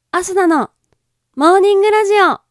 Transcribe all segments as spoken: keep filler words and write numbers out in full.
アスナのモーニングラジオ。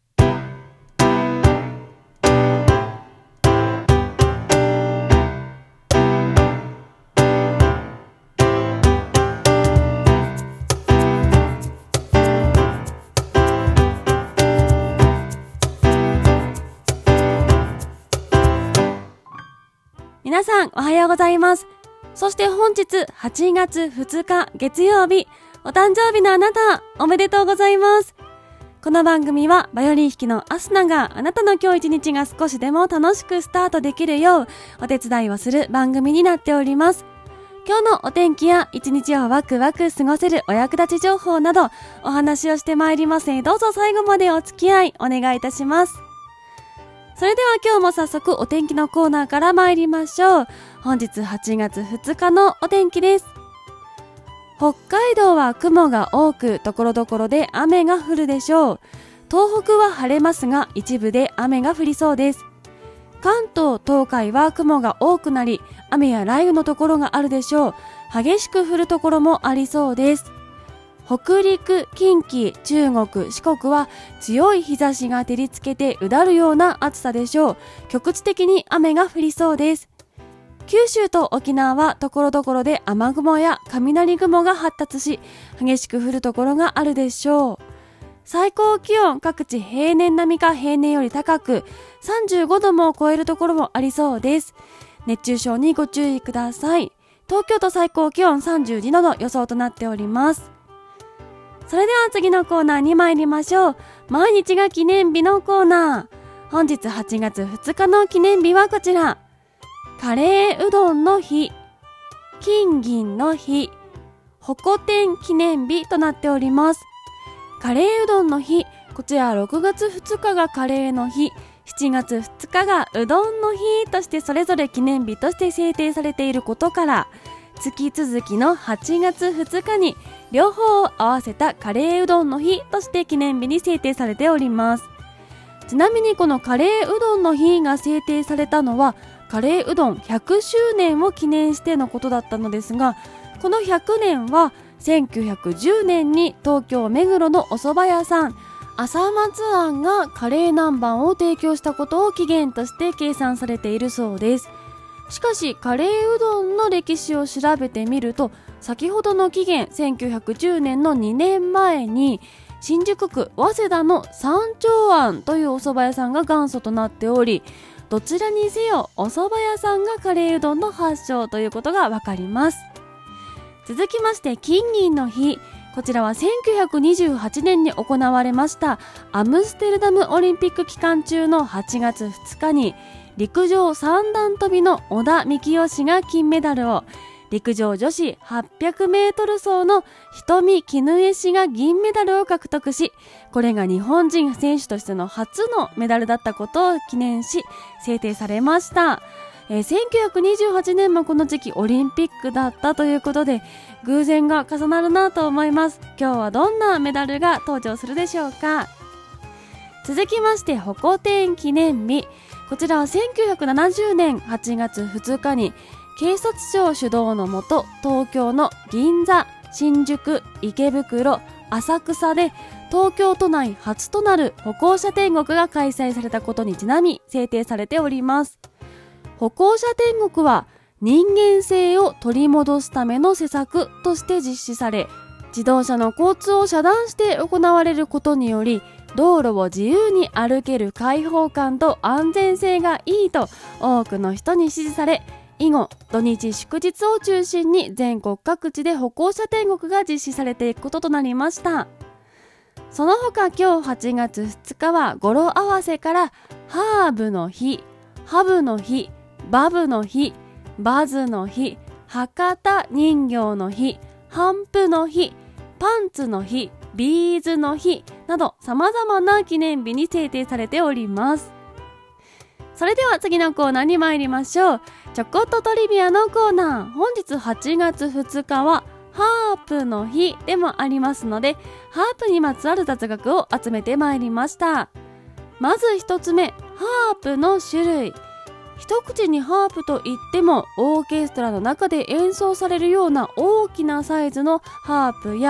皆さんおはようございます。そして本日はちがつふつか月曜日、お誕生日のあなた、おめでとうございます。この番組はバイオリン弾きのアスナがあなたの今日一日が少しでも楽しくスタートできるようお手伝いをする番組になっております。今日のお天気や一日をワクワク過ごせるお役立ち情報などお話をしてまいりますので、どうぞ最後までお付き合いお願いいたします。それでは今日も早速お天気のコーナーから参りましょう。本日はちがつふつかのお天気です。北海道は雲が多く、ところどころで雨が降るでしょう。東北は晴れますが、一部で雨が降りそうです。関東、東海は雲が多くなり、雨や雷雨のところがあるでしょう。激しく降るところもありそうです。北陸、近畿、中国、四国は強い日差しが照りつけてうだるような暑さでしょう。局地的に雨が降りそうです。九州と沖縄はところどころで雨雲や雷雲が発達し、激しく降るところがあるでしょう。最高気温各地平年並みか平年より高く、さんじゅうごども超えるところもありそうです。熱中症にご注意ください。東京都最高気温さんじゅうにどの予想となっております。それでは次のコーナーに参りましょう。毎日が記念日のコーナー。本日はちがつふつかの記念日はこちら。カレーうどんの日、金銀の日、ホコ天記念日となっております。カレーうどんの日、こちらろくがつふつかがカレーの日、しちがつふつかがうどんの日としてそれぞれ記念日として制定されていることから、月続きのはちがつふつかに両方を合わせたカレーうどんの日として記念日に制定されております。ちなみにこのカレーうどんの日が制定されたのはカレーうどんひゃくしゅうねんを記念してのことだったのですが、このひゃくねんはせんきゅうひゃくじゅうねんに東京目黒のお蕎麦屋さん朝松庵がカレー南蛮を提供したことを起源として計算されているそうです。しかしカレーうどんの歴史を調べてみると、先ほどの期限せんきゅうひゃくじゅうねんのにねんまえに新宿区早稲田の三長庵というお蕎麦屋さんが元祖となっており、どちらにせよお蕎麦屋さんがカレーうどんの発祥ということがわかります。続きまして金銀の日、こちらはせんきゅうひゃくにじゅうはちねんに行われましたアムステルダムオリンピック期間中のはちがつふつかに陸上三段跳びの小田幹夫氏が金メダルを、陸上女子はっぴゃくメートル走の瞳絹江氏が銀メダルを獲得し、これが日本人選手としての初のメダルだったことを記念し制定されました。えー、せんきゅうひゃくにじゅうはちねんもこの時期オリンピックだったということで、偶然が重なるなと思います。今日はどんなメダルが登場するでしょうか。続きましてホコ天記念日、こちらはせんきゅうひゃくななじゅうねんはちがつふつかに警察庁主導のもと、東京の銀座、新宿、池袋、浅草で東京都内初となる歩行者天国が開催されたことにちなみ制定されております。歩行者天国は人間性を取り戻すための施策として実施され、自動車の交通を遮断して行われることにより、道路を自由に歩ける開放感と安全性がいいと多くの人に支持され、以後土日祝日を中心に全国各地で歩行者天国が実施されていくこととなりました。その他今日はちがつふつかは語呂合わせからハーブの日、ハブの日、バブの日、バズの日、博多人形の日、ハンプの日、パンツの日、ビーズの日など様々な記念日に制定されております。それでは次のコーナーに参りましょう。ちょこっとトリビアのコーナー。本日はちがつふつかはハープの日でもありますので、ハープにまつわる雑学を集めてまいりました。まず一つ目、ハープの種類。一口にハープといってもオーケストラの中で演奏されるような大きなサイズのハープや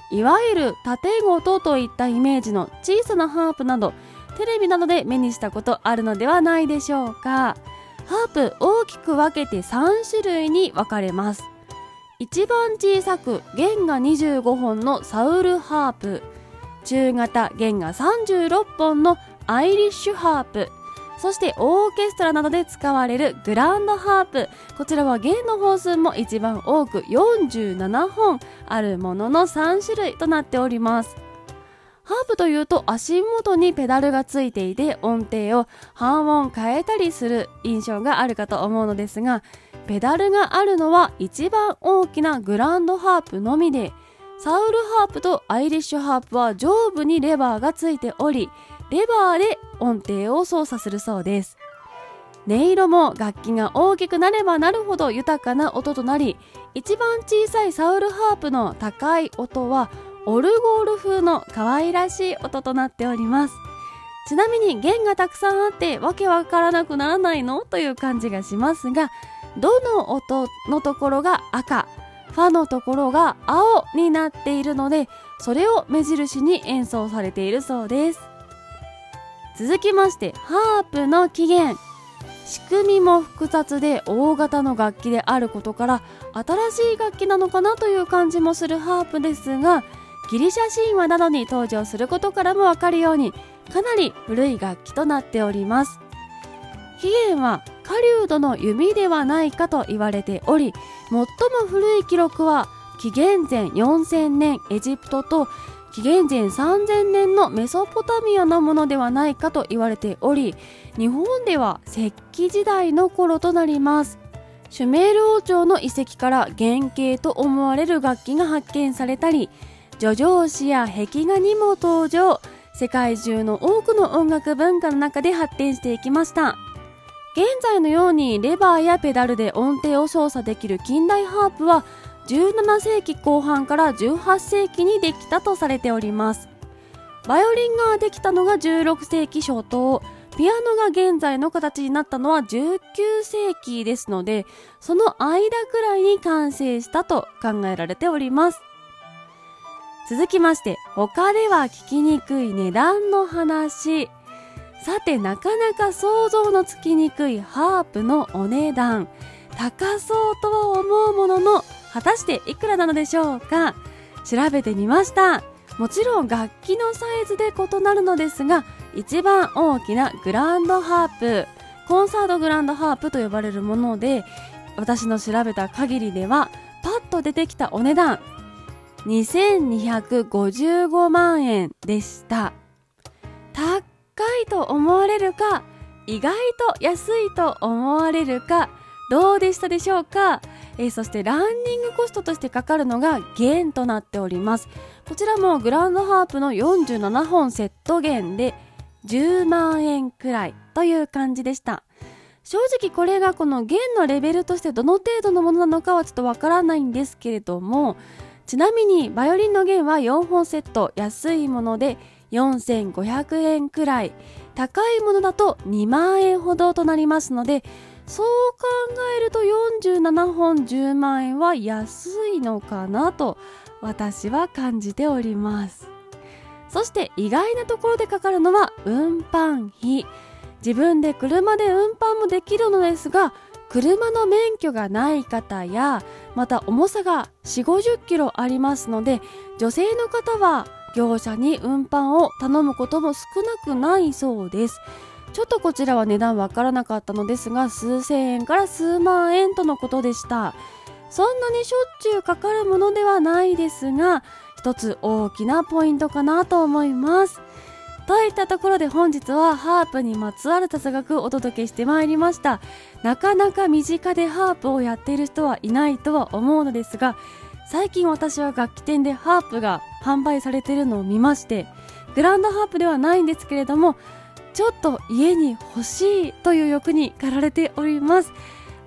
いわゆる縦琴といったイメージの小さなハープなど、テレビなどで目にしたことあるのではないでしょうか。ハープ大きく分けてさんしゅるいに分かれます。一番小さく弦がにじゅうごほんのサウルハープ、中型弦がさんじゅうろっぽんのアイリッシュハープ、そしてオーケストラなどで使われるグランドハープ、こちらは弦の本数も一番多くよんじゅうななほんあるもののさんしゅるいとなっております。ハープというと足元にペダルがついていて音程を半音変えたりする印象があるかと思うのですが、ペダルがあるのは一番大きなグランドハープのみで、サウルハープとアイリッシュハープは上部にレバーがついており、レバーで音程を操作するそうです。音色も楽器が大きくなればなるほど豊かな音となり、一番小さいサウルハープの高い音はオルゴール風の可愛らしい音となっております。ちなみに弦がたくさんあってわけわからなくならないのという感じがしますが、どの音のところが赤、ファのところが青になっているので、それを目印に演奏されているそうです。続きまして、ハープの起源。仕組みも複雑で大型の楽器であることから新しい楽器なのかなという感じもするハープですが、ギリシャ神話などに登場することからもわかるようにかなり古い楽器となっております。起源は狩人の弓ではないかと言われており、最も古い記録は紀元前よんせんねんエジプトと紀元前さんぜんねんのメソポタミアのものではないかと言われており、日本では石器時代の頃となります。シュメール王朝の遺跡から原型と思われる楽器が発見されたり、叙情詩や壁画にも登場。世界中の多くの音楽文化の中で発展していきました。現在のようにレバーやペダルで音程を操作できる近代ハープはじゅうななせいきこう半からじゅうはっせいきにできたとされております。バイオリンができたのがじゅうろくせいきしょ頭、ピアノが現在の形になったのはじゅうきゅうせいきですので、その間くらいに完成したと考えられております。続きまして、他では聞きにくい値段の話。さて、なかなか想像のつきにくいハープのお値段、高そうとは思うものの、果たしていくらなのでしょうか。調べてみました。もちろん楽器のサイズで異なるのですが、一番大きなグランドハープ、コンサートグランドハープと呼ばれるもので、私の調べた限りではパッと出てきたお値段にせんにひゃくごじゅうごまんえんでした。高いと思われるか、意外と安いと思われるか、どうでしたでしょうか。えー、そしてランニングコストとしてかかるのが弦となっております。こちらもグランドハープのよんじゅうななほんセット弦でじゅうまんえんくらいという感じでした。正直これがこの弦のレベルとしてどの程度のものなのかはちょっとわからないんですけれども、ちなみにバイオリンの弦はよんほんセット、安いものでよんせんごひゃくえんくらい、高いものだとにまんえんほどとなりますので、そう考えるとよんじゅうななほんじゅうまんえんは安いのかなと私は感じております。そして意外なところでかかるのは運搬費。自分で車で運搬もできるのですが、車の免許がない方や、また重さがよんじゅう、ごじゅっキロありますので、女性の方は業者に運搬を頼むことも少なくないそうです。ちょっとこちらは値段わからなかったのですが、数千円から数万円とのことでした。そんなにしょっちゅうかかるものではないですが、一つ大きなポイントかなと思います。といったところで本日はハープにまつわる雑学をお届けしてまいりました。なかなか身近でハープをやっている人はいないとは思うのですが、最近私は楽器店でハープが販売されているのを見まして、グランドハープではないんですけれども、ちょっと家に欲しいという欲に駆られております。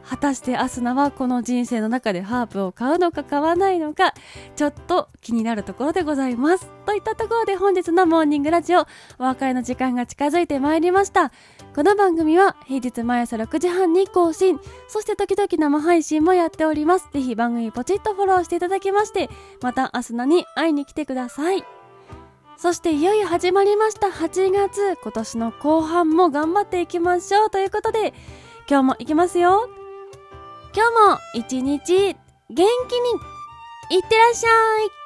果たしてアスナはこの人生の中でハープを買うのか買わないのか、ちょっと気になるところでございます。といったところで本日のモーニングラジオ、お別れの時間が近づいてまいりました。この番組は平日毎朝ろくじはんに更新、そして時々生配信もやっております。ぜひ番組ポチッとフォローしていただきまして、またアスナに会いに来てください。そしていよいよ始まりましたはちがつ、今年の後半も頑張っていきましょうということで、今日も行きますよ。今日も一日元気にいってらっしゃい。